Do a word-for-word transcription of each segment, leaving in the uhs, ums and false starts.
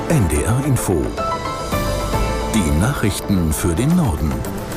N D R Info. Die Nachrichten für den Norden.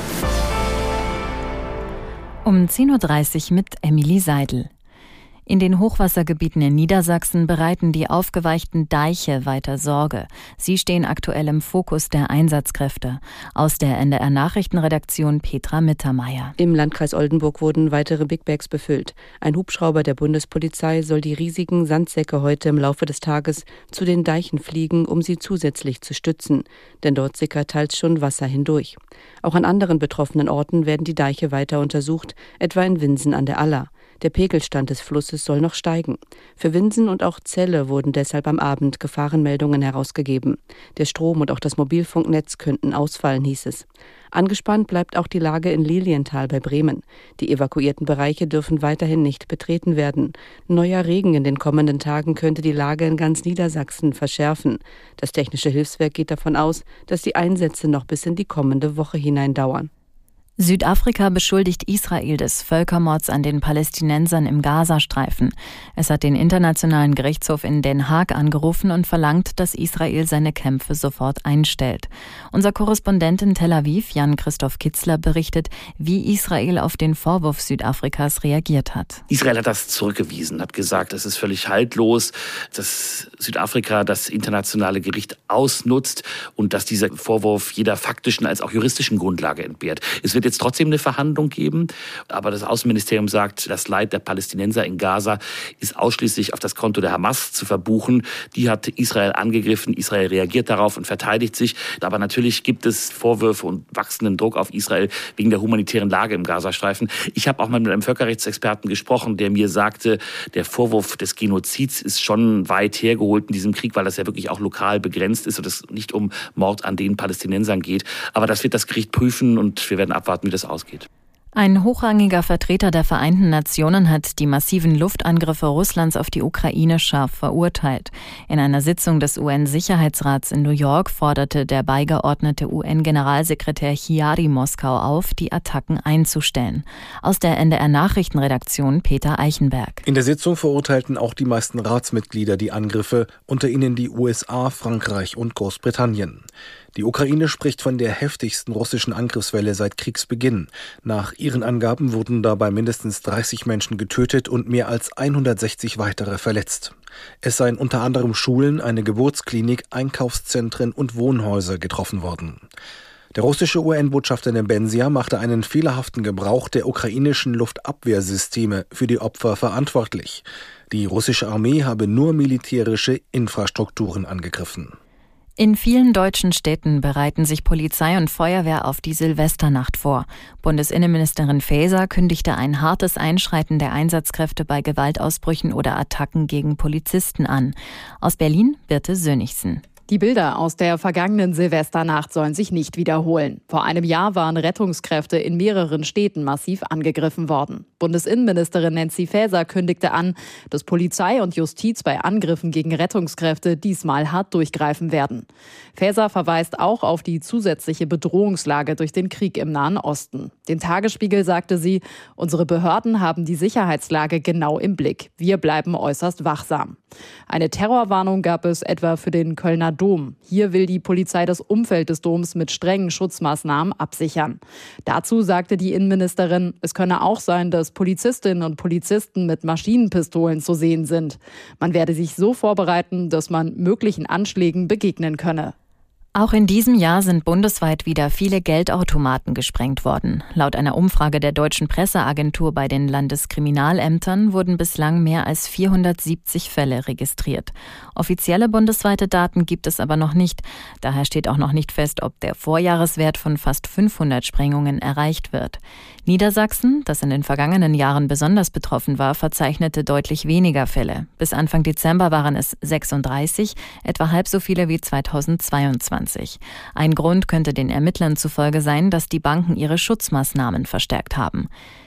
Um zehn Uhr dreißig mit Emily Seidel. In den Hochwassergebieten in Niedersachsen bereiten die aufgeweichten Deiche weiter Sorge. Sie stehen aktuell im Fokus der Einsatzkräfte. Aus der N D R-Nachrichtenredaktion Petra Mittermeier. Im Landkreis Oldenburg wurden weitere Big Bags befüllt. Ein Hubschrauber der Bundespolizei soll die riesigen Sandsäcke heute im Laufe des Tages zu den Deichen fliegen, um sie zusätzlich zu stützen. Denn dort sickert teils schon Wasser hindurch. Auch an anderen betroffenen Orten werden die Deiche weiter untersucht, etwa in Winsen an der Aller. Der Pegelstand des Flusses soll noch steigen. Für Winsen und auch Celle wurden deshalb am Abend Gefahrenmeldungen herausgegeben. Der Strom und auch das Mobilfunknetz könnten ausfallen, hieß es. Angespannt bleibt auch die Lage in Lilienthal bei Bremen. Die evakuierten Bereiche dürfen weiterhin nicht betreten werden. Neuer Regen in den kommenden Tagen könnte die Lage in ganz Niedersachsen verschärfen. Das Technische Hilfswerk geht davon aus, dass die Einsätze noch bis in die kommende Woche hinein dauern. Südafrika beschuldigt Israel des Völkermords an den Palästinensern im Gazastreifen. Es hat den Internationalen Gerichtshof in Den Haag angerufen und verlangt, dass Israel seine Kämpfe sofort einstellt. Unser Korrespondent in Tel Aviv, Jan-Christoph Kitzler, berichtet, wie Israel auf den Vorwurf Südafrikas reagiert hat. Israel hat das zurückgewiesen, hat gesagt, es ist völlig haltlos, dass Südafrika das internationale Gericht ausnutzt und dass dieser Vorwurf jeder faktischen als auch juristischen Grundlage entbehrt. Es wird jetzt trotzdem eine Verhandlung geben, aber das Außenministerium sagt, das Leid der Palästinenser in Gaza ist ausschließlich auf das Konto der Hamas zu verbuchen. Die hat Israel angegriffen, Israel reagiert darauf und verteidigt sich. Aber natürlich gibt es Vorwürfe und wachsenden Druck auf Israel wegen der humanitären Lage im Gazastreifen. Ich habe auch mal mit einem Völkerrechtsexperten gesprochen, der mir sagte, der Vorwurf des Genozids ist schon weit hergeholt in diesem Krieg, weil das ja wirklich auch lokal begrenzt ist und es nicht um Mord an den Palästinensern geht. Aber das wird das Gericht prüfen und wir werden abwarten, wie das ausgeht. Ein hochrangiger Vertreter der Vereinten Nationen hat die massiven Luftangriffe Russlands auf die Ukraine scharf verurteilt. In einer Sitzung des U N-Sicherheitsrats in New York forderte der beigeordnete U N-Generalsekretär Chiari Moskau auf, die Attacken einzustellen. Aus der N D R-Nachrichtenredaktion Peter Eichenberg. In der Sitzung verurteilten auch die meisten Ratsmitglieder die Angriffe, unter ihnen die U S A, Frankreich und Großbritannien. Die Ukraine spricht von der heftigsten russischen Angriffswelle seit Kriegsbeginn. Nach ihren Angaben wurden dabei mindestens dreißig Menschen getötet und mehr als hundertsechzig weitere verletzt. Es seien unter anderem Schulen, eine Geburtsklinik, Einkaufszentren und Wohnhäuser getroffen worden. Der russische U N-Botschafter Nebensia machte einen fehlerhaften Gebrauch der ukrainischen Luftabwehrsysteme für die Opfer verantwortlich. Die russische Armee habe nur militärische Infrastrukturen angegriffen. In vielen deutschen Städten bereiten sich Polizei und Feuerwehr auf die Silvesternacht vor. Bundesinnenministerin Faeser kündigte ein hartes Einschreiten der Einsatzkräfte bei Gewaltausbrüchen oder Attacken gegen Polizisten an. Aus Berlin, Birte Sönnigsen. Die Bilder aus der vergangenen Silvesternacht sollen sich nicht wiederholen. Vor einem Jahr waren Rettungskräfte in mehreren Städten massiv angegriffen worden. Bundesinnenministerin Nancy Faeser kündigte an, dass Polizei und Justiz bei Angriffen gegen Rettungskräfte diesmal hart durchgreifen werden. Faeser verweist auch auf die zusätzliche Bedrohungslage durch den Krieg im Nahen Osten. Dem Tagesspiegel sagte sie, unsere Behörden haben die Sicherheitslage genau im Blick. Wir bleiben äußerst wachsam. Eine Terrorwarnung gab es etwa für den Kölner Dom. Hier will die Polizei das Umfeld des Doms mit strengen Schutzmaßnahmen absichern. Dazu sagte die Innenministerin, es könne auch sein, dass Polizistinnen und Polizisten mit Maschinenpistolen zu sehen sind. Man werde sich so vorbereiten, dass man möglichen Anschlägen begegnen könne. Auch in diesem Jahr sind bundesweit wieder viele Geldautomaten gesprengt worden. Laut einer Umfrage der Deutschen Presseagentur bei den Landeskriminalämtern wurden bislang mehr als vierhundertsiebzig Fälle registriert. Offizielle bundesweite Daten gibt es aber noch nicht. Daher steht auch noch nicht fest, ob der Vorjahreswert von fast fünfhundert Sprengungen erreicht wird. Niedersachsen, das in den vergangenen Jahren besonders betroffen war, verzeichnete deutlich weniger Fälle. Bis Anfang Dezember waren es sechsunddreißig, etwa halb so viele wie zweitausendzweiundzwanzig. Ein Grund könnte den Ermittlern zufolge sein, dass die Banken ihre Schutzmaßnahmen verstärkt haben.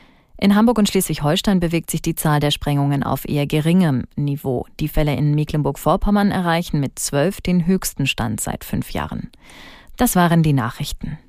In Hamburg und Schleswig-Holstein bewegt sich die Zahl der Sprengungen auf eher geringem Niveau. Die Fälle in Mecklenburg-Vorpommern erreichen mit zwölf den höchsten Stand seit fünf Jahren. Das waren die Nachrichten.